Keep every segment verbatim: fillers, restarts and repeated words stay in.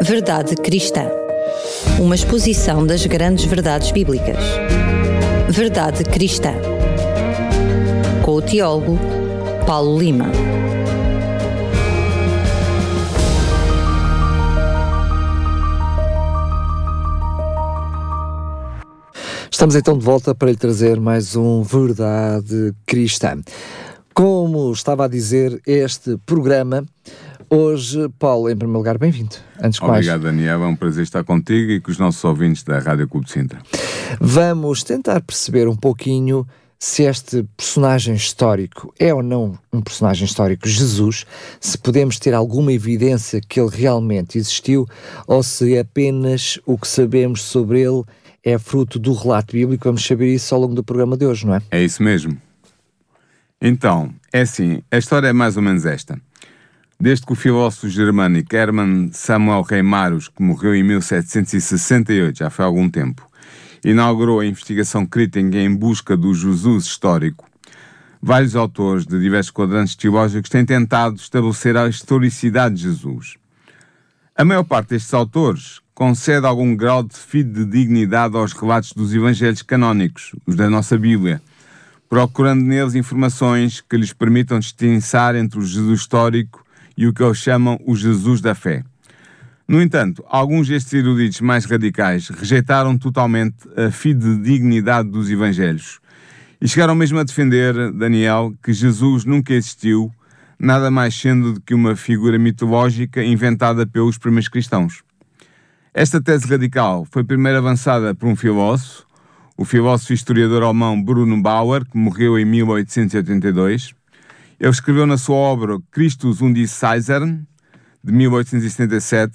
Verdade Cristã. Uma exposição das grandes verdades bíblicas. Verdade Cristã. Com o teólogo Paulo Lima. Estamos então de volta para lhe trazer mais um Verdade Cristã. Como estava a dizer, este programa, hoje, Paulo, em primeiro lugar, bem-vindo. Antes de mais. Obrigado, Daniel. É um prazer estar contigo e com os nossos ouvintes da Rádio Clube de Sintra. Vamos tentar perceber um pouquinho se este personagem histórico é ou não um personagem histórico, Jesus, se podemos ter alguma evidência que ele realmente existiu ou se apenas o que sabemos sobre ele é fruto do relato bíblico. Vamos saber isso ao longo do programa de hoje, não é? É isso mesmo. Então, é assim, a história é mais ou menos esta. Desde que o filósofo germânico Hermann Samuel Reimarus, que morreu em mil setecentos e sessenta e oito, já foi há algum tempo, inaugurou a investigação crítica em busca do Jesus histórico, vários autores de diversos quadrantes teológicos têm tentado estabelecer a historicidade de Jesus. A maior parte destes autores concede algum grau de fidedignidade aos relatos dos evangelhos canónicos, os da nossa Bíblia, procurando neles informações que lhes permitam distinguir entre o Jesus histórico e o que eles chamam o Jesus da fé. No entanto, alguns destes eruditos mais radicais rejeitaram totalmente a fidedignidade dos evangelhos e chegaram mesmo a defender, Daniel, que Jesus nunca existiu, nada mais sendo do que uma figura mitológica inventada pelos primeiros cristãos. Esta tese radical foi primeiro avançada por um filósofo, o filósofo e historiador alemão Bruno Bauer, que morreu em mil oitocentos e oitenta e dois. Ele escreveu na sua obra Christus und die Caesaren, de mil oitocentos e setenta e sete,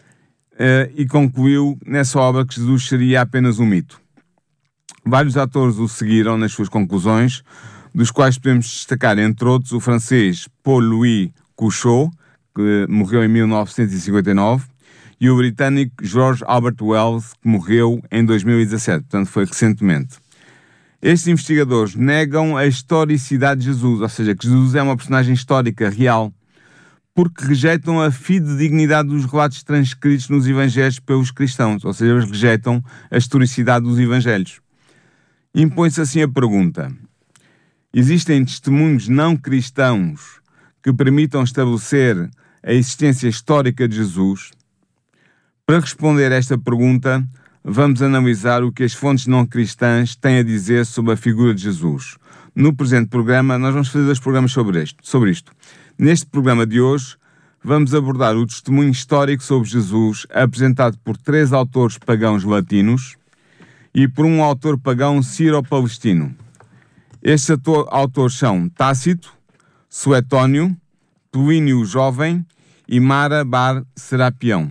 uh, e concluiu nessa obra que Jesus seria apenas um mito. Vários autores o seguiram nas suas conclusões, dos quais podemos destacar, entre outros, o francês Paul-Louis Couchot, que morreu em mil novecentos e cinquenta e nove, e o britânico George Albert Wells, que morreu em dois mil e dezassete, portanto foi recentemente. Estes investigadores negam a historicidade de Jesus, ou seja, que Jesus é uma personagem histórica, real, porque rejeitam a fidedignidade dos relatos transcritos nos evangelhos pelos cristãos, ou seja, eles rejeitam a historicidade dos evangelhos. Impõe-se assim a pergunta: existem testemunhos não cristãos que permitam estabelecer a existência histórica de Jesus? Para responder a esta pergunta, vamos analisar o que as fontes não cristãs têm a dizer sobre a figura de Jesus. No presente programa, nós vamos fazer dois programas sobre isto. Sobre isto. Neste programa de hoje, vamos abordar o testemunho histórico sobre Jesus apresentado por três autores pagãos latinos e por um autor pagão sírio-palestino. Estes ator, autores são Tácito, Suetónio, Plínio o Jovem e Mara bar Serapião.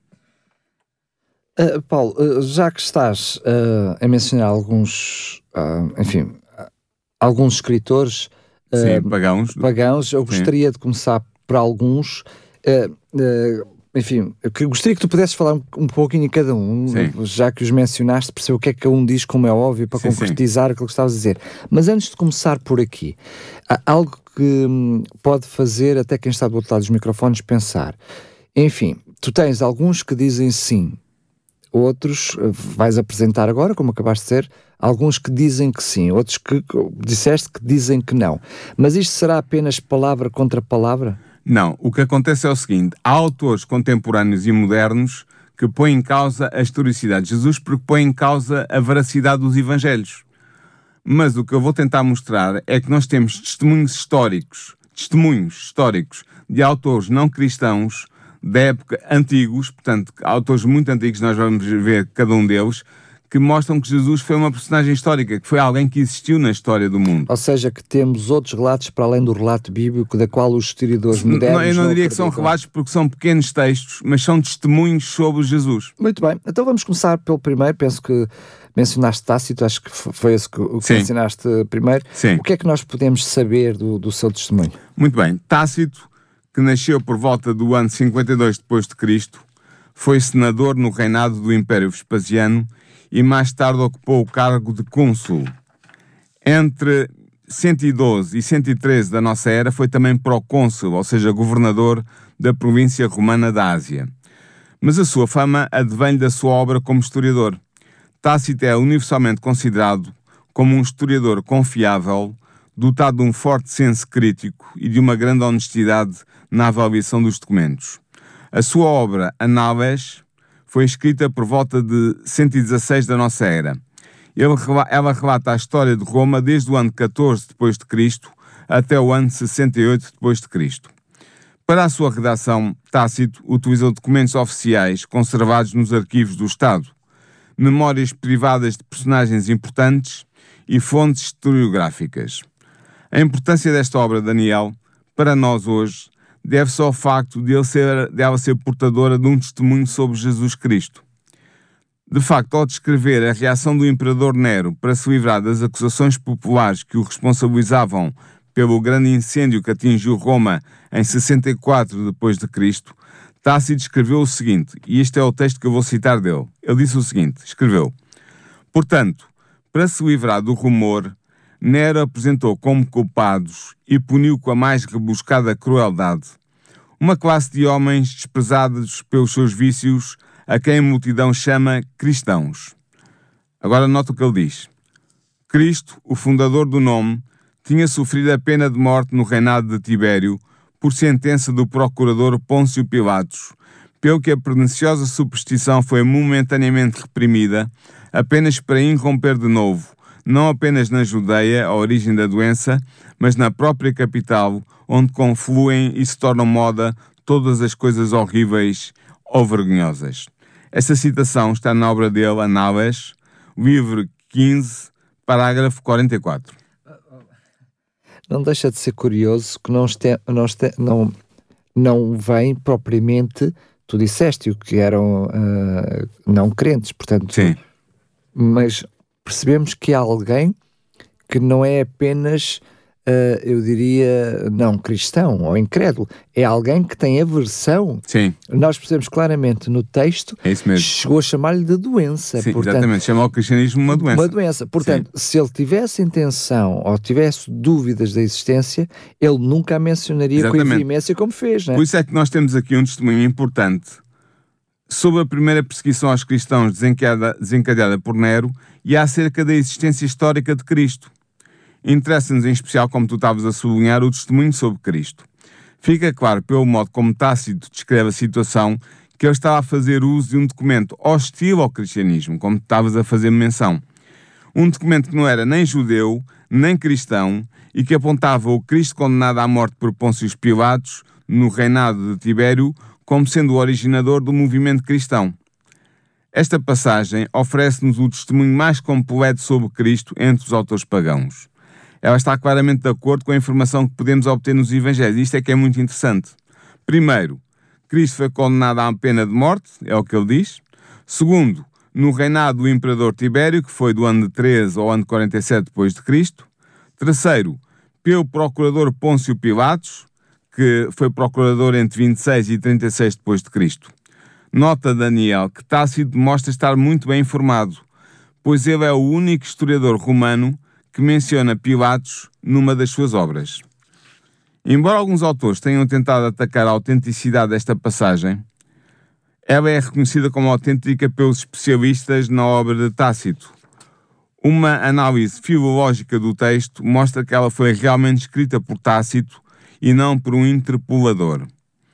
Uh, Paulo, uh, já que estás uh, a mencionar alguns, uh, enfim, uh, alguns escritores uh, Sim, pagãos, pagãos, eu Sim. gostaria de começar por alguns, uh, uh, enfim, eu gostaria que tu pudesses falar um, um pouquinho em cada um, Sim. já que os mencionaste, perceber o que é que cada um diz, como é óbvio, para Sim, concretizar sim. aquilo que estavas a dizer. Mas antes de começar por aqui, há algo que hum, pode fazer até quem está do outro lado dos microfones pensar. Enfim, tu tens alguns que dizem sim, outros vais apresentar agora, como acabaste de dizer, alguns que dizem que sim, outros que disseste que dizem que não. Mas isto será apenas palavra contra palavra? Não, o que acontece é o seguinte: há autores contemporâneos e modernos que põem em causa a historicidade de Jesus porque põem em causa a veracidade dos evangelhos. Mas o que eu vou tentar mostrar é que nós temos testemunhos históricos, testemunhos históricos de autores não cristãos da época antigos, portanto, autores muito antigos, nós vamos ver cada um deles, que mostram que Jesus foi uma personagem histórica, que foi alguém que existiu na história do mundo. Ou seja, que temos outros relatos para além do relato bíblico, da qual os historiadores modernos... Não, eu não, não diria que são relatos porque são pequenos textos, mas são testemunhos sobre Jesus. Muito bem, então vamos começar pelo primeiro. Penso que mencionaste Tácito, acho que foi esse que, o que Sim. mencionaste primeiro. Sim. O que é que nós podemos saber do, do seu testemunho? Muito bem, Tácito, que nasceu por volta do ano cinquenta e dois depois de Cristo, foi senador no reinado do Império Vespasiano e mais tarde ocupou o cargo de cônsul. Entre cento e doze e cento e treze da nossa era foi também procônsul, ou seja, governador da província romana da Ásia. mas a sua fama advém da sua obra como historiador. Tácito é universalmente considerado como um historiador confiável, dotado de um forte senso crítico e de uma grande honestidade na avaliação dos documentos. A sua obra Anábes foi escrita por volta de cento e dezasseis da nossa era. Ele, ela relata a história de Roma desde o ano catorze depois de Cristo até o ano sessenta e oito depois de Cristo. Para a sua redação, Tácito utilizou documentos oficiais conservados nos arquivos do Estado, memórias privadas de personagens importantes e fontes historiográficas. A importância desta obra de Daniel, para nós hoje, deve-se ao facto de, ele ser, de ela ser portadora de um testemunho sobre Jesus Cristo. De facto, ao descrever a reação do imperador Nero para se livrar das acusações populares que o responsabilizavam pelo grande incêndio que atingiu Roma em sessenta e quatro depois de Cristo, Tácito escreveu o seguinte, e este é o texto que eu vou citar dele. Ele disse o seguinte, escreveu: portanto, para se livrar do rumor, Nero apresentou como culpados e puniu com a mais rebuscada crueldade uma classe de homens desprezados pelos seus vícios, a quem a multidão chama cristãos. Agora nota o que ele diz. Cristo, o fundador do nome, tinha sofrido a pena de morte no reinado de Tibério por sentença do procurador Pôncio Pilatos, pelo que a perniciosa superstição foi momentaneamente reprimida, apenas para irromper de novo, não apenas na Judeia, a origem da doença, mas na própria capital, onde confluem e se tornam moda todas as coisas horríveis ou vergonhosas. Esta citação está na obra dele, Anábes, livro quinze, parágrafo quarenta e quatro. Não deixa de ser curioso que não, este, não, este, não, não vem propriamente, tu disseste o que eram uh, não crentes, portanto, sim. Mas percebemos que há alguém que não é apenas, uh, eu diria, não cristão ou incrédulo, é alguém que tem aversão. Sim. Nós percebemos claramente no texto, é isso mesmo. Chegou a chamar-lhe de doença. Sim, portanto, exatamente, chamou o cristianismo uma doença. Uma doença. Portanto, sim, se ele tivesse intenção ou tivesse dúvidas da existência, ele nunca a mencionaria exatamente, com a veemência como fez. Não é? Por isso é que nós temos aqui um testemunho importante sobre a primeira perseguição aos cristãos desencadeada, desencadeada por Nero e acerca da existência histórica de Cristo. Interessa-nos em especial, como tu estavas a sublinhar, o testemunho sobre Cristo. Fica claro, pelo modo como Tácito descreve a situação, que ele estava a fazer uso de um documento hostil ao cristianismo, como tu estavas a fazer menção. Um documento que não era nem judeu, nem cristão, e que apontava o Cristo condenado à morte por Pôncio Pilatos, no reinado de Tibério, como sendo o originador do movimento cristão. Esta passagem oferece-nos o testemunho mais completo sobre Cristo entre os autores pagãos. Ela está claramente de acordo com a informação que podemos obter nos Evangelhos. Isto é que é muito interessante. Primeiro, Cristo foi condenado à pena de morte, é o que ele diz. Segundo, no reinado do imperador Tibério, que foi do ano de treze ao ano de quarenta e sete depois de Cristo. Terceiro, pelo procurador Pôncio Pilatos, que foi procurador entre vinte e seis e trinta e seis depois de Cristo. Nota Daniel que Tácito demonstra estar muito bem informado, pois ele é o único historiador romano que menciona Pilatos numa das suas obras. Embora alguns autores tenham tentado atacar a autenticidade desta passagem, ela é reconhecida como autêntica pelos especialistas na obra de Tácito. Uma análise filológica do texto mostra que ela foi realmente escrita por Tácito e não por um interpolador.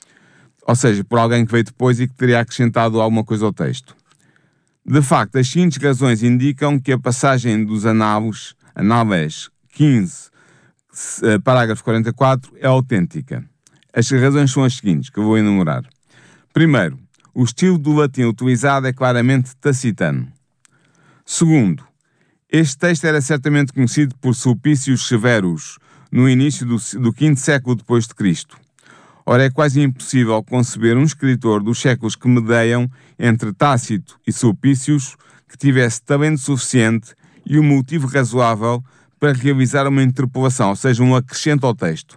Ou seja, por alguém que veio depois e que teria acrescentado alguma coisa ao texto. De facto, as seguintes razões indicam que a passagem dos Anábes, Anábes quinze, parágrafo quarenta e quatro, é autêntica. As razões são as seguintes, que eu vou enumerar. Primeiro, o estilo do latim utilizado é claramente tacitano. Segundo, este texto era certamente conhecido por Sulpícios Severus, no início do, do quinto século depois de Cristo. Ora, é quase impossível conceber um escritor dos séculos que medeiam entre Tácito e Sulpícios que tivesse talento suficiente e um motivo razoável para realizar uma interpolação, ou seja, um acrescento ao texto.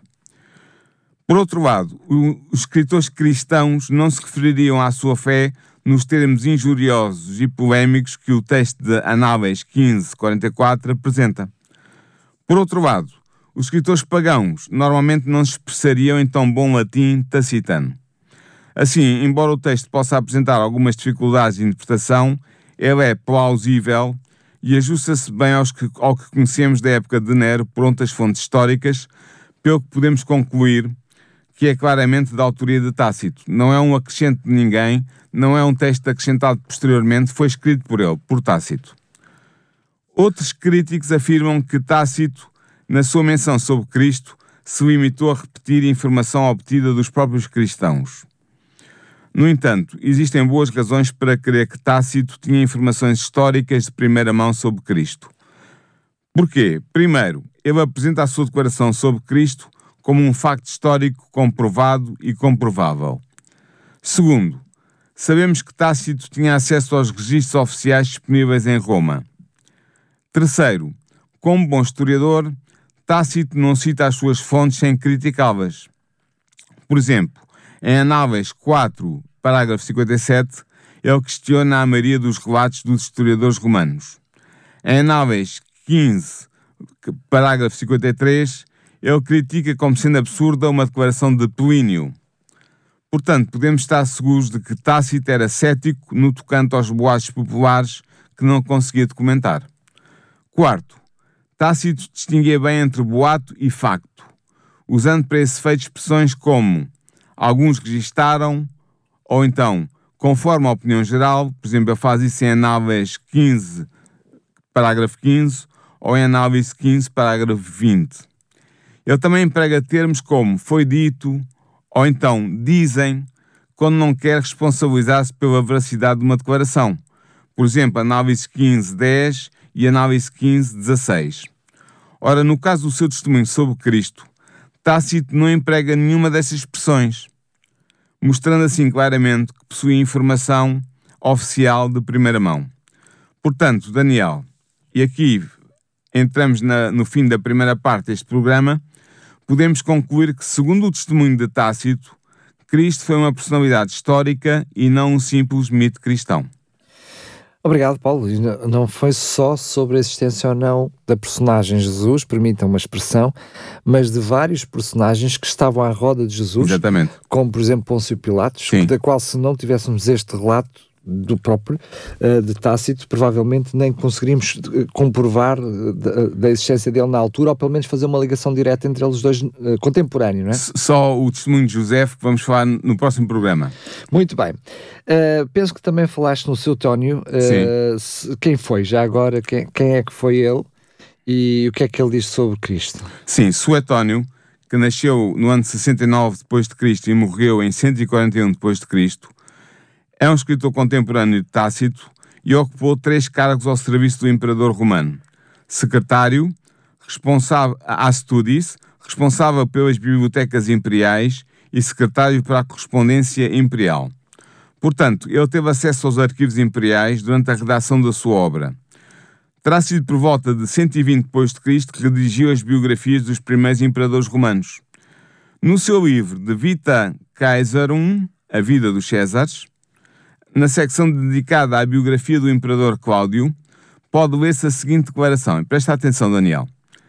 Por outro lado, o, os escritores cristãos não se refeririam à sua fé nos termos injuriosos e polémicos que o texto de Anábes quinze, quarenta e quatro apresenta. Por outro lado, os escritores pagãos normalmente não se expressariam em tão bom latim tacitano. Assim, embora o texto possa apresentar algumas dificuldades de interpretação, ele é plausível e ajusta-se bem aos que, ao que conhecemos da época de Nero por outras fontes históricas, pelo que podemos concluir que é claramente da autoria de Tácito. Não é um acrescento de ninguém, não é um texto acrescentado posteriormente, foi escrito por ele, por Tácito. Outros críticos afirmam que Tácito, na sua menção sobre Cristo, se limitou a repetir informação obtida dos próprios cristãos. No entanto, existem boas razões para crer que Tácito tinha informações históricas de primeira mão sobre Cristo. Porquê? Primeiro, ele apresenta a sua declaração sobre Cristo como um facto histórico comprovado e comprovável. Segundo, sabemos que Tácito tinha acesso aos registros oficiais disponíveis em Roma. Terceiro, como bom historiador, Tácito não cita as suas fontes sem criticá-las. Por exemplo, em Análises quatro, parágrafo cinquenta e sete, ele questiona a maioria dos relatos dos historiadores romanos. Em Análises quinze, parágrafo cinquenta e três, ele critica como sendo absurda uma declaração de Plínio. Portanto, podemos estar seguros de que Tácito era cético no tocante aos boatos populares que não conseguia documentar. Quarto, Tácito distinguia bem entre boato e facto, usando para esse efeito expressões como alguns registaram, ou então, conforme a opinião geral, por exemplo, ele faz isso em Análises quinze, parágrafo quinze, ou em Análise quinze, parágrafo vinte. Ele também emprega termos como foi dito, ou então dizem, quando não quer responsabilizar-se pela veracidade de uma declaração. Por exemplo, Análise quinze, dez e Análise quinze, dezasseis. Ora, no caso do seu testemunho sobre Cristo, Tácito não emprega nenhuma dessas expressões, mostrando assim claramente que possui informação oficial de primeira mão. Portanto, Daniel, e aqui entramos na, no fim da primeira parte deste programa, podemos concluir que, segundo o testemunho de Tácito, Cristo foi uma personalidade histórica e não um simples mito cristão. Obrigado, Paulo. Não foi só sobre a existência ou não da personagem Jesus, permitam uma expressão, mas de vários personagens que estavam à roda de Jesus. Exatamente. Como, por exemplo, Pôncio Pilatos, Sim. da qual, se não tivéssemos este relato do próprio, uh, de Tácito, provavelmente nem conseguiríamos uh, comprovar uh, da, da existência dele na altura, ou pelo menos fazer uma ligação direta entre eles dois, uh, contemporâneo, não é? Só o testemunho de José que vamos falar no próximo programa. Muito bem. Uh, penso que também falaste no seu Tónio, uh, se, quem foi, já agora, quem, quem é que foi ele e o que é que ele diz sobre Cristo? Sim, Suetónio, que nasceu no ano sessenta e nove depois de Cristo e morreu em cento e quarenta e um depois de Cristo, é um escritor contemporâneo de Tácito e ocupou três cargos ao serviço do imperador romano. Secretário, responsável a Studis, responsável pelas bibliotecas imperiais e secretário para a correspondência imperial. Portanto, ele teve acesso aos arquivos imperiais durante a redação da sua obra. Terá sido por volta de cento e vinte depois de Cristo que redigiu as biografias dos primeiros imperadores romanos. No seu livro De Vita Caesarum, A Vida dos Césares, na secção dedicada à biografia do imperador Cláudio, pode ler-se a seguinte declaração, e presta atenção, Daniel.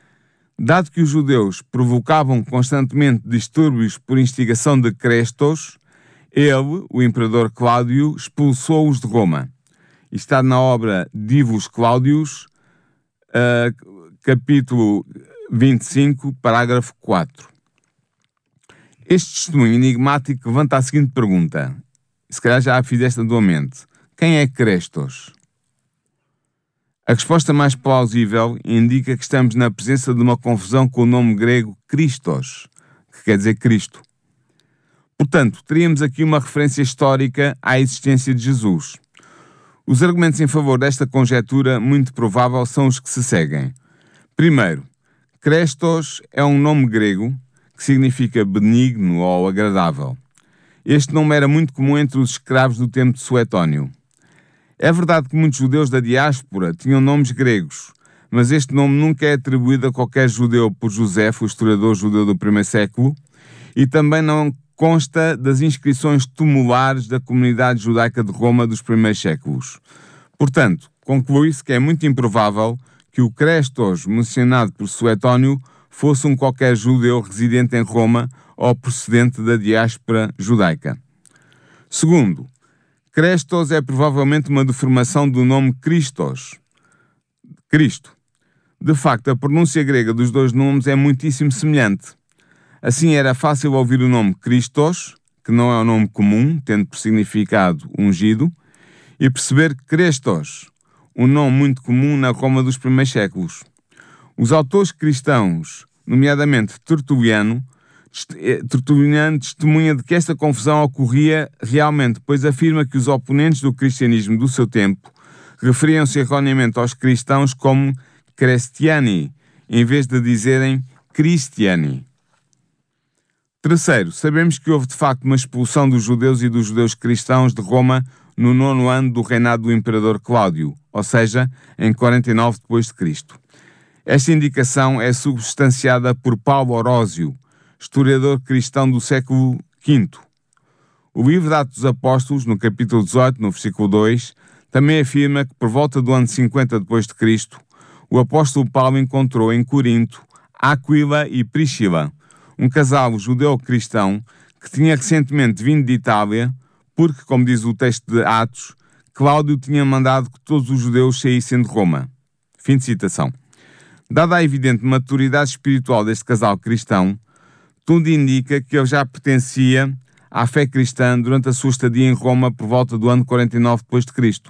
Dado que os judeus provocavam constantemente distúrbios por instigação de Crestos, ele, o imperador Cláudio, expulsou-os de Roma. Isto está na obra Divus Claudius, uh, capítulo vinte e cinco, parágrafo quatro. Este testemunho enigmático levanta a seguinte pergunta, se calhar já a fizeste atualmente. Quem é Crestos? A resposta mais plausível indica que estamos na presença de uma confusão com o nome grego Christos, que quer dizer Cristo. Portanto, teríamos aqui uma referência histórica à existência de Jesus. Os argumentos em favor desta conjetura, muito provável, são os que se seguem. Primeiro, Crestos é um nome grego que significa benigno ou agradável. Este nome era muito comum entre os escravos do tempo de Suetónio. É verdade que muitos judeus da diáspora tinham nomes gregos, mas este nome nunca é atribuído a qualquer judeu por Josefo, o historiador judeu do primeiro século, e também não consta das inscrições tumulares da comunidade judaica de Roma dos primeiros séculos. Portanto, conclui-se que é muito improvável que o Crestos mencionado por Suetónio fosse um qualquer judeu residente em Roma ou procedente da diáspora judaica. Segundo, Crestos é provavelmente uma deformação do nome Christos, Cristo. De facto, a pronúncia grega dos dois nomes é muitíssimo semelhante. Assim era fácil ouvir o nome Christos, que não é um nome comum, tendo por significado ungido, e perceber Crestos, um nome muito comum na Roma dos primeiros séculos. Os autores cristãos, nomeadamente Tertuliano, Tertuliano testemunha de que esta confusão ocorria realmente, pois afirma que os oponentes do cristianismo do seu tempo referiam-se erroneamente aos cristãos como Chrestiani, em vez de dizerem Christiani. Terceiro, sabemos que houve de facto uma expulsão dos judeus e dos judeus cristãos de Roma no nono ano do reinado do imperador Cláudio, ou seja, em quarenta e nove depois de Cristo. Esta indicação é substanciada por Paulo Orósio, historiador cristão do século quinto. O livro de Atos dos Apóstolos, no capítulo dezoito, no versículo dois, também afirma que por volta do ano cinquenta depois de Cristo, o apóstolo Paulo encontrou em Corinto Áquila e Príscila, um casal judeu-cristão que tinha recentemente vindo de Itália, porque, como diz o texto de Atos, Cláudio tinha mandado que todos os judeus saíssem de Roma. Fim de citação. Dada a evidente maturidade espiritual deste casal cristão, tudo indica que ele já pertencia à fé cristã durante a sua estadia em Roma por volta do ano quarenta e nove depois de Cristo.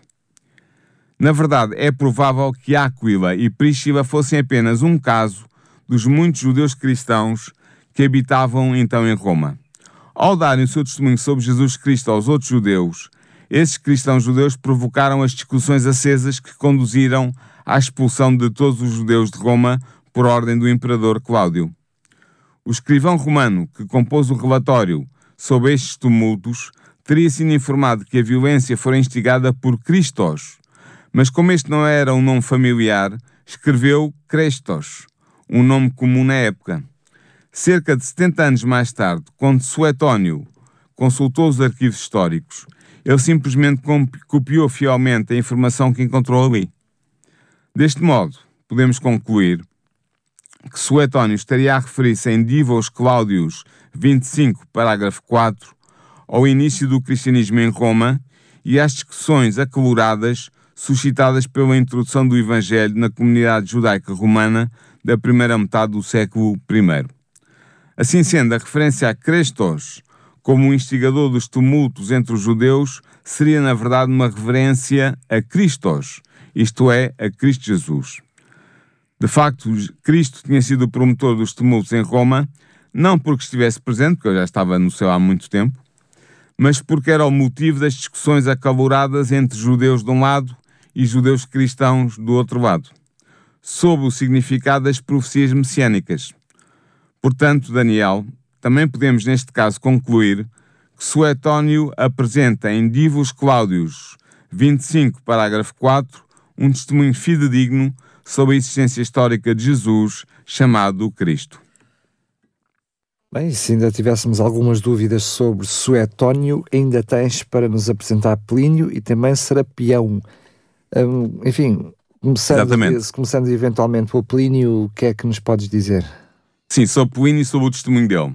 Na verdade, é provável que Áquila e Príscila fossem apenas um caso dos muitos judeus cristãos que habitavam então em Roma. Ao darem o seu testemunho sobre Jesus Cristo aos outros judeus, esses cristãos judeus provocaram as discussões acesas que conduziram à expulsão de todos os judeus de Roma por ordem do imperador Cláudio. O escrivão romano que compôs o relatório sobre estes tumultos teria sido informado que a violência fora instigada por Christos, mas como este não era um nome familiar, escreveu Crestos, um nome comum na época. Cerca de setenta anos mais tarde, quando Suetónio consultou os arquivos históricos, ele simplesmente copiou fielmente a informação que encontrou ali. Deste modo, podemos concluir que Suetónio estaria a referir-se em Divos Cláudios vinte e cinco, parágrafo quatro, ao início do cristianismo em Roma e às discussões acaloradas suscitadas pela introdução do Evangelho na comunidade judaica romana da primeira metade do século primeiro. Assim sendo, a referência a Crestos como o instigador dos tumultos entre os judeus seria, na verdade, uma referência a Christos, isto é, a Cristo Jesus. De facto, Cristo tinha sido o promotor dos tumultos em Roma, não porque estivesse presente, porque ele já estava no céu há muito tempo, mas porque era o motivo das discussões acaloradas entre judeus de um lado e judeus cristãos do outro lado, sob o significado das profecias messiânicas. Portanto, Daniel, também podemos neste caso concluir que Suetónio apresenta em Divos Cláudios vinte e cinco, parágrafo quatro, um testemunho fidedigno sobre a existência histórica de Jesus, chamado Cristo. Bem, se ainda tivéssemos algumas dúvidas sobre Suetónio, ainda tens para nos apresentar Plínio e também Serapião. Um, enfim, começando, começando eventualmente por Plínio, o que é que nos podes dizer? Sim, sobre Plínio e sobre o testemunho dele.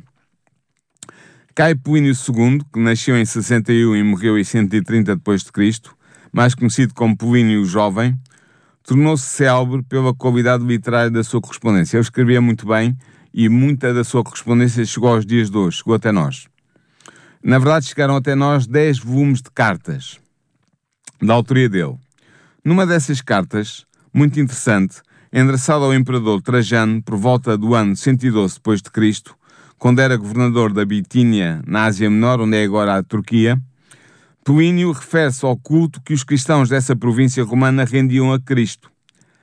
Caio Plínio segundo, que nasceu em sessenta e um e morreu em cento e trinta depois de Cristo, mais conhecido como Plínio o Jovem, tornou-se célebre pela qualidade literária da sua correspondência. Ele escrevia muito bem e muita da sua correspondência chegou aos dias de hoje, chegou até nós. Na verdade, chegaram até nós dez volumes de cartas da autoria dele. Numa dessas cartas, muito interessante, endereçado ao imperador Trajano por volta do ano cento e doze depois de Cristo, quando era governador da Bitínia, na Ásia Menor, onde é agora a Turquia, Plínio refere-se ao culto que os cristãos dessa província romana rendiam a Cristo.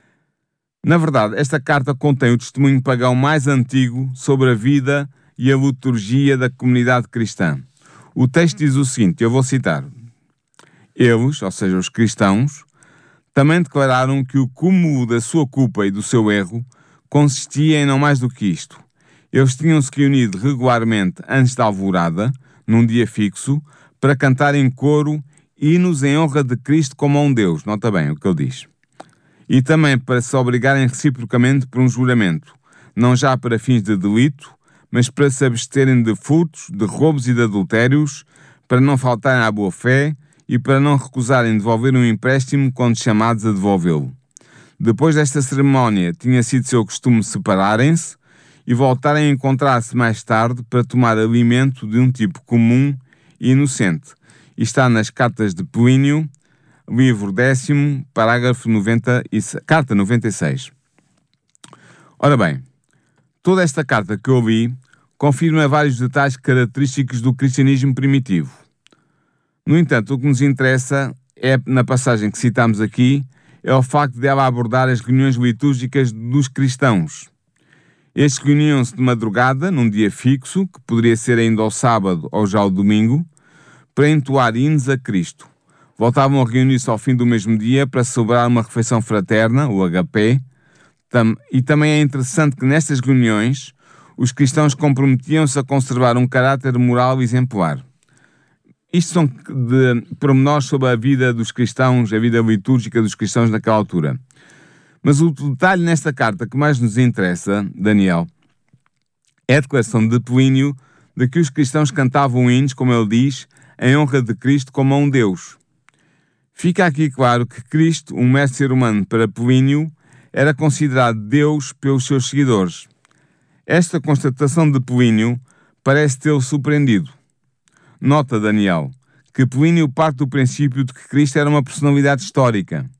Na verdade, esta carta contém o testemunho pagão mais antigo sobre a vida e a liturgia da comunidade cristã. O texto diz o seguinte, eu vou citar. Eles, ou seja, os cristãos, também declararam que o cúmulo da sua culpa e do seu erro consistia em não mais do que isto. Eles tinham-se reunido regularmente antes da alvorada, num dia fixo, para cantar em coro hinos em honra de Cristo como a um Deus, nota bem o que ele diz. E também para se obrigarem reciprocamente por um juramento, não já para fins de delito, mas para se absterem de furtos, de roubos e de adultérios, para não faltarem à boa-fé e para não recusarem devolver um empréstimo quando chamados a devolvê-lo. Depois desta cerimónia, tinha sido seu costume separarem-se e voltarem a encontrar-se mais tarde para tomar alimento de um tipo comum e inocente. E está nas cartas de Plínio, livro décimo, parágrafo noventa e seis, carta noventa e seis. Ora bem, toda esta carta que eu li confirma vários detalhes característicos do cristianismo primitivo. No entanto, o que nos interessa é, na passagem que citamos aqui, é o facto de ela abordar as reuniões litúrgicas dos cristãos. Estes reuniam-se de madrugada, num dia fixo, que poderia ser ainda ao sábado ou já ao domingo, para entoar hinos a Cristo. Voltavam a reunir-se ao fim do mesmo dia para celebrar uma refeição fraterna, o agapé, e também é interessante que nestas reuniões os cristãos comprometiam-se a conservar um caráter moral exemplar. Isto são de pormenores sobre a vida dos cristãos, a vida litúrgica dos cristãos naquela altura. Mas o detalhe nesta carta que mais nos interessa, Daniel, é a declaração de Plínio de que os cristãos cantavam hinos, como ele diz, em honra de Cristo como a um Deus. Fica aqui claro que Cristo, um mero ser humano para Plínio, era considerado Deus pelos seus seguidores. Esta constatação de Plínio parece tê-lo surpreendido. Nota, Daniel, que Plínio parte do princípio de que Cristo era uma personalidade histórica.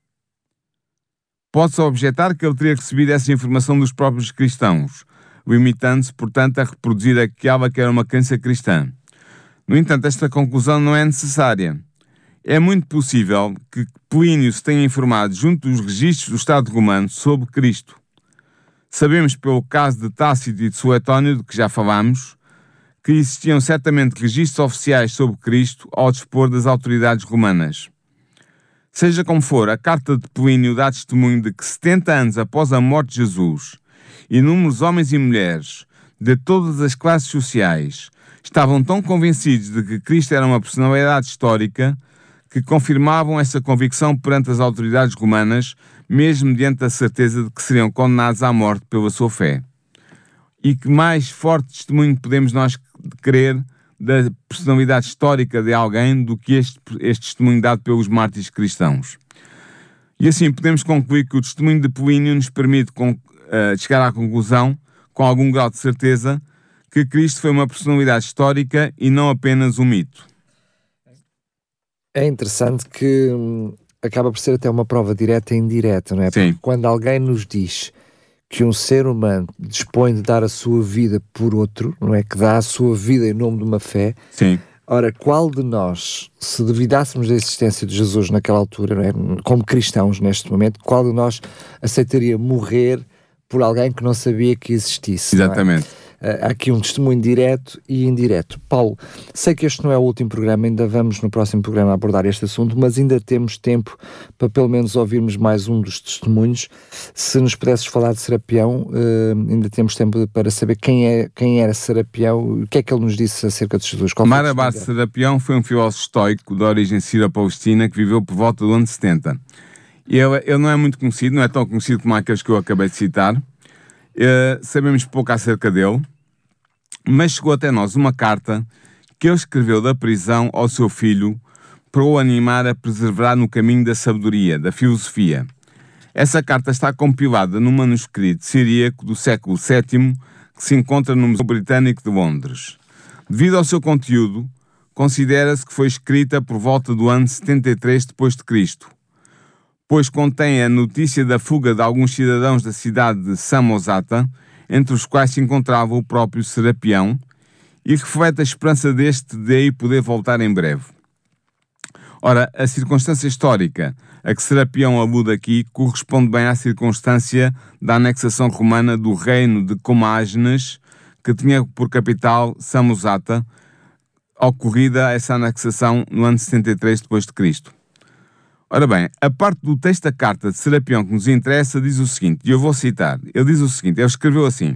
Pode-se objetar que ele teria recebido essa informação dos próprios cristãos, limitando-se, portanto, a reproduzir aquela que era uma crença cristã. No entanto, esta conclusão não é necessária. É muito possível que Plínio se tenha informado junto dos registros do Estado romano sobre Cristo. Sabemos pelo caso de Tácito e de Suetónio, de que já falámos, que existiam certamente registros oficiais sobre Cristo ao dispor das autoridades romanas. Seja como for, a carta de Plínio dá testemunho de que setenta anos após a morte de Jesus, inúmeros homens e mulheres de todas as classes sociais estavam tão convencidos de que Cristo era uma personalidade histórica que confirmavam essa convicção perante as autoridades romanas, mesmo diante da certeza de que seriam condenados à morte pela sua fé. E que mais forte testemunho podemos nós querer da personalidade histórica de alguém do que este, este testemunho dado pelos mártires cristãos. E assim podemos concluir que o testemunho de Plínio nos permite com, uh, chegar à conclusão, com algum grau de certeza, que Cristo foi uma personalidade histórica e não apenas um mito. É interessante que hum, acaba por ser até uma prova direta e indireta, não é? Sim. Porque quando alguém nos diz que um ser humano dispõe de dar a sua vida por outro, não é? Que dá a sua vida em nome de uma fé. Sim. Ora, qual de nós, se duvidássemos da existência de Jesus naquela altura, não é? Como cristãos neste momento, qual de nós aceitaria morrer por alguém que não sabia que existisse? Exatamente. Não é? Há aqui um testemunho direto e indireto. Paulo, sei que este não é o último programa, ainda vamos no próximo programa abordar este assunto, mas ainda temos tempo para pelo menos ouvirmos mais um dos testemunhos. Se nos pudesses falar de Serapião, uh, ainda temos tempo para saber quem, é, quem era Serapião, o que é que ele nos disse acerca de Jesus. Mar Abbas Serapião foi um filósofo estoico de origem sírio-palestina que viveu por volta do ano setenta. Ele, ele não é muito conhecido, não é tão conhecido como aqueles que eu acabei de citar. Uh, sabemos pouco acerca dele, mas chegou até nós uma carta que ele escreveu da prisão ao seu filho para o animar a perseverar no caminho da sabedoria, da filosofia. Essa carta está compilada num manuscrito siríaco do século sétimo que se encontra no Museu Britânico de Londres. Devido ao seu conteúdo, considera-se que foi escrita por volta do ano setenta e três depois de Cristo, pois contém a notícia da fuga de alguns cidadãos da cidade de Samosata, entre os quais se encontrava o próprio Serapião, e reflete a esperança deste de aí poder voltar em breve. Ora, a circunstância histórica a que Serapião alude aqui corresponde bem à circunstância da anexação romana do reino de Comágenes, que tinha por capital Samosata, ocorrida essa anexação no ano setenta e três depois de Cristo. Ora bem, a parte do texto da carta de Serapião que nos interessa diz o seguinte, e eu vou citar, ele diz o seguinte, ele escreveu assim: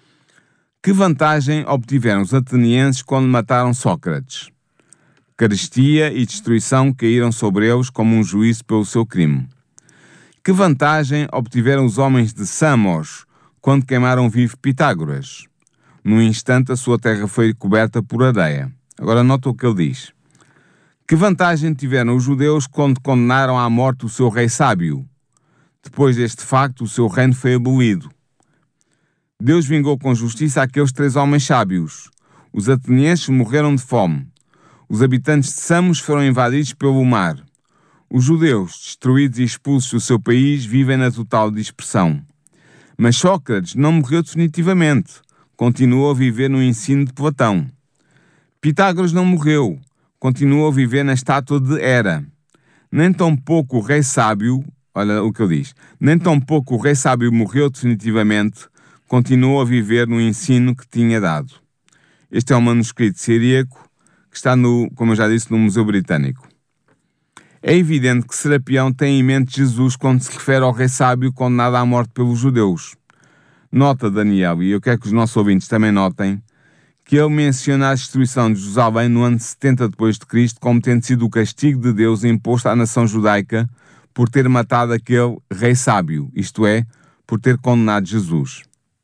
que vantagem obtiveram os atenienses quando mataram Sócrates? Carestia e destruição caíram sobre eles como um juízo pelo seu crime. Que vantagem obtiveram os homens de Samos quando queimaram vivo Pitágoras? Num instante a sua terra foi coberta por areia. Agora nota o que ele diz. Que vantagem tiveram os judeus quando condenaram à morte o seu rei sábio? Depois deste facto, o seu reino foi abolido. Deus vingou com justiça aqueles três homens sábios. Os atenienses morreram de fome. Os habitantes de Samos foram invadidos pelo mar. Os judeus, destruídos e expulsos do seu país, vivem na total dispersão. Mas Sócrates não morreu definitivamente. Continuou a viver no ensino de Platão. Pitágoras não morreu. Continuou a viver na estátua de Hera. Nem tão pouco o rei sábio, olha o que ele diz, nem tão pouco o rei sábio morreu definitivamente, continuou a viver no ensino que tinha dado. Este é um manuscrito siríaco que está, no, como eu já disse, no Museu Britânico. É evidente que Serapião tem em mente Jesus quando se refere ao rei sábio condenado à morte pelos judeus. Nota, Daniel, e eu quero que os nossos ouvintes também notem, que ele menciona a destruição de Jerusalém no ano setenta depois de Cristo como tendo sido o castigo de Deus imposto à nação judaica por ter matado aquele rei sábio, isto é, por ter condenado Jesus.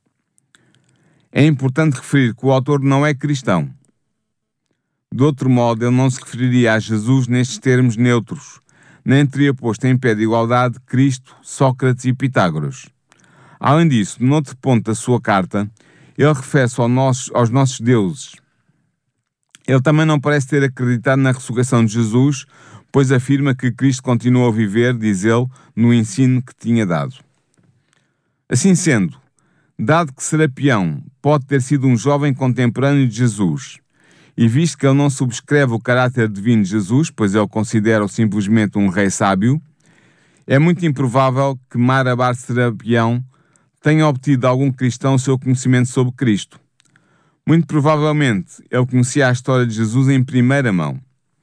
É importante referir que o autor não é cristão. De outro modo, ele não se referiria a Jesus nestes termos neutros, nem teria posto em pé de igualdade Cristo, Sócrates e Pitágoras. Além disso, noutro ponto da sua carta, ele refere-se ao nosso, aos nossos deuses. Ele também não parece ter acreditado na ressurreição de Jesus, pois afirma que Cristo continuou a viver, diz ele, no ensino que tinha dado. Assim sendo, dado que Serapião pode ter sido um jovem contemporâneo de Jesus, e visto que ele não subscreve o caráter divino de Jesus, pois ele considera-o simplesmente um rei sábio, é muito improvável que Mar Abar Serapião tenha obtido de algum cristão o seu conhecimento sobre Cristo. Muito provavelmente ele conhecia a história de Jesus em primeira mão.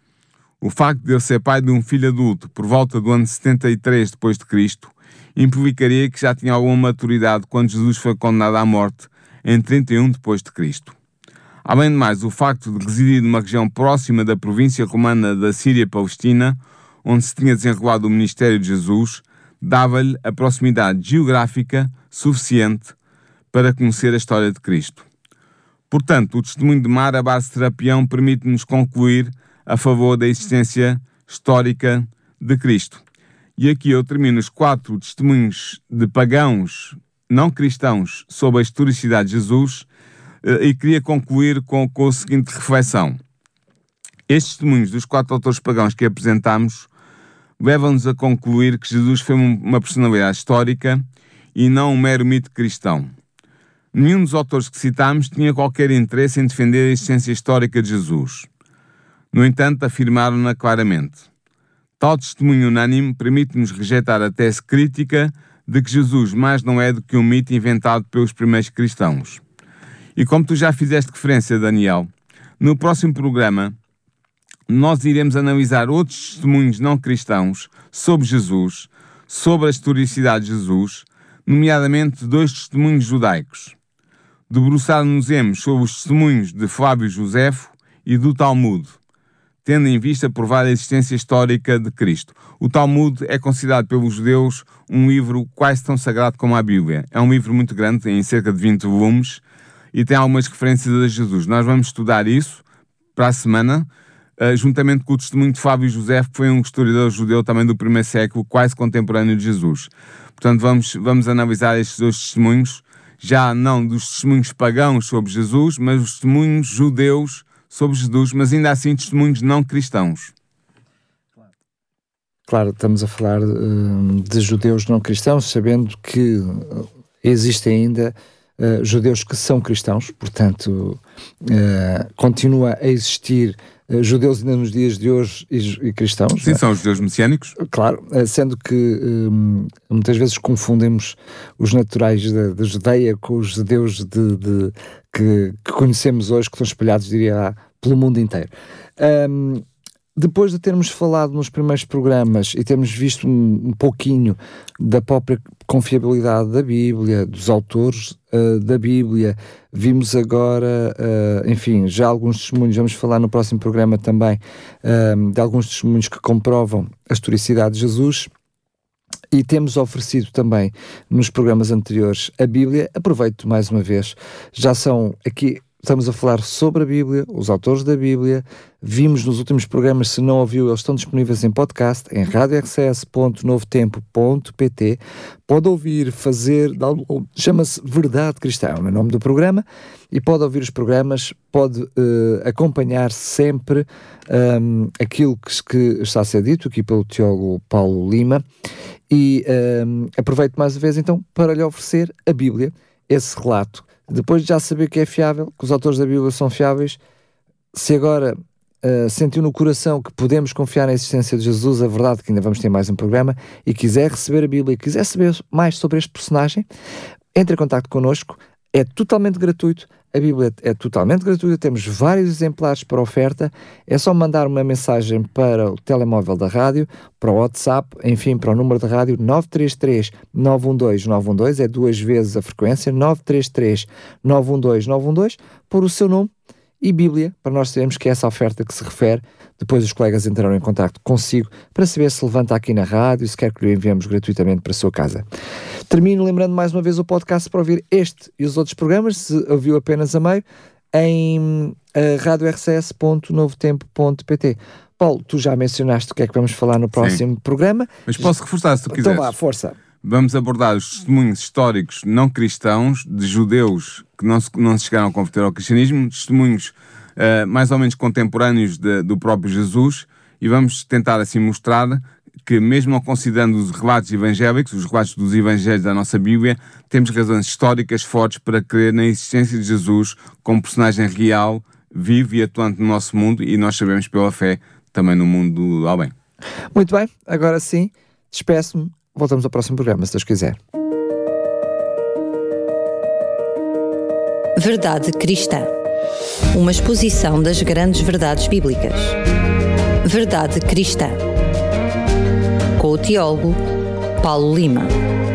O facto de ele ser pai de um filho adulto por volta do ano setenta e três depois de Cristo implicaria que já tinha alguma maturidade quando Jesus foi condenado à morte em trinta e um depois de Cristo. Além de mais, o facto de residir numa região próxima da província romana da Síria-Palestina, onde se tinha desenrolado o ministério de Jesus, dava-lhe a proximidade geográfica suficiente para conhecer a história de Cristo. Portanto, o testemunho de Mar Abar Serapião permite-nos concluir a favor da existência histórica de Cristo. E aqui eu termino os quatro testemunhos de pagãos não cristãos sobre a historicidade de Jesus e queria concluir com, com a seguinte reflexão. Estes testemunhos dos quatro autores pagãos que apresentamos levam-nos a concluir que Jesus foi uma personalidade histórica e não um mero mito cristão. Nenhum dos autores que citámos tinha qualquer interesse em defender a existência histórica de Jesus. No entanto, afirmaram-na claramente. Tal testemunho unânime permite-nos rejeitar a tese crítica de que Jesus mais não é do que um mito inventado pelos primeiros cristãos. E como tu já fizeste referência, Daniel, no próximo programa nós iremos analisar outros testemunhos não cristãos sobre Jesus, sobre a historicidade de Jesus, nomeadamente dois testemunhos judaicos. Debruçar-nos-emos sobre os testemunhos de Flávio Josefo e do Talmud, tendo em vista a provada existência histórica de Cristo. O Talmud é considerado pelos judeus um livro quase tão sagrado como a Bíblia. É um livro muito grande, em cerca de vinte volumes, e tem algumas referências a Jesus. Nós vamos estudar isso para a semana, uh, juntamente com o testemunho de Flávio Josefo, que foi um historiador judeu também do primeiro século, quase contemporâneo de Jesus. Portanto, vamos, vamos analisar estes dois testemunhos, já não dos testemunhos pagãos sobre Jesus, mas os testemunhos judeus sobre Jesus, mas ainda assim testemunhos não cristãos. Claro, estamos a falar uh, de judeus não cristãos, sabendo que uh, existem ainda uh, judeus que são cristãos, portanto, uh, continua a existir uh, judeus ainda nos dias de hoje e, e cristãos. Sim, né? São os judeus messiânicos. Claro, uh, sendo que um, muitas vezes confundemos os naturais da, da Judeia com os judeus de, de, que, que conhecemos hoje, que estão espalhados, diria, pelo mundo inteiro. Um, Depois de termos falado nos primeiros programas e termos visto um, um pouquinho da própria confiabilidade da Bíblia, dos autores uh, da Bíblia, vimos agora, uh, enfim, já alguns testemunhos, vamos falar no próximo programa também, uh, de alguns testemunhos que comprovam a historicidade de Jesus, e temos oferecido também nos programas anteriores a Bíblia. Aproveito mais uma vez, já são aqui estamos a falar sobre a Bíblia, os autores da Bíblia. Vimos nos últimos programas, se não ouviu, eles estão disponíveis em podcast, em rádio r c s ponto novo tempo ponto p t. Pode ouvir, fazer, chama-se Verdade Cristã, é o nome do programa, e pode ouvir os programas, pode uh, acompanhar sempre um, aquilo que, que está a ser dito aqui pelo teólogo Paulo Lima, e um, aproveito mais uma vez então para lhe oferecer a Bíblia, esse relato. Depois de já saber que é fiável, que os autores da Bíblia são fiáveis, se agora uh, sentiu no coração que podemos confiar na existência de Jesus, a verdade que ainda vamos ter mais um programa, e quiser receber a Bíblia e quiser saber mais sobre este personagem, entre em contato connosco, é totalmente gratuito, a Bíblia é totalmente gratuita, temos vários exemplares para oferta, é só mandar uma mensagem para o telemóvel da rádio, para o WhatsApp, enfim, para o número da rádio nove três três, nove um dois, nove um dois, é duas vezes a frequência, nove três três, nove um dois, nove um dois, pôr o seu nome e Bíblia, para nós sabermos que é essa oferta que se refere. Depois os colegas entrarão em contacto consigo para saber se levanta aqui na rádio, se quer que lhe enviemos gratuitamente para a sua casa. Termino lembrando mais uma vez o podcast para ouvir este e os outros programas, se ouviu apenas a meio, em uh, rádio r c s ponto novo tempo ponto p t. Paulo, tu já mencionaste o que é que vamos falar no próximo Sim. programa. Mas posso reforçar se tu quiseres. Então vá, força. Vamos abordar os testemunhos históricos não cristãos de judeus que não se, não se chegaram a converter ao cristianismo, testemunhos uh, mais ou menos contemporâneos de, do próprio Jesus, e vamos tentar assim mostrar que, mesmo não considerando os relatos evangélicos, os relatos dos evangelhos da nossa Bíblia, temos razões históricas fortes para crer na existência de Jesus como personagem real, vivo e atuante no nosso mundo, e nós sabemos pela fé também no mundo do além. Muito bem, agora sim, despeço-me. Voltamos ao próximo programa, se Deus quiser. Verdade Cristã. Uma exposição das grandes verdades bíblicas. Verdade Cristã. Com o teólogo Paulo Lima.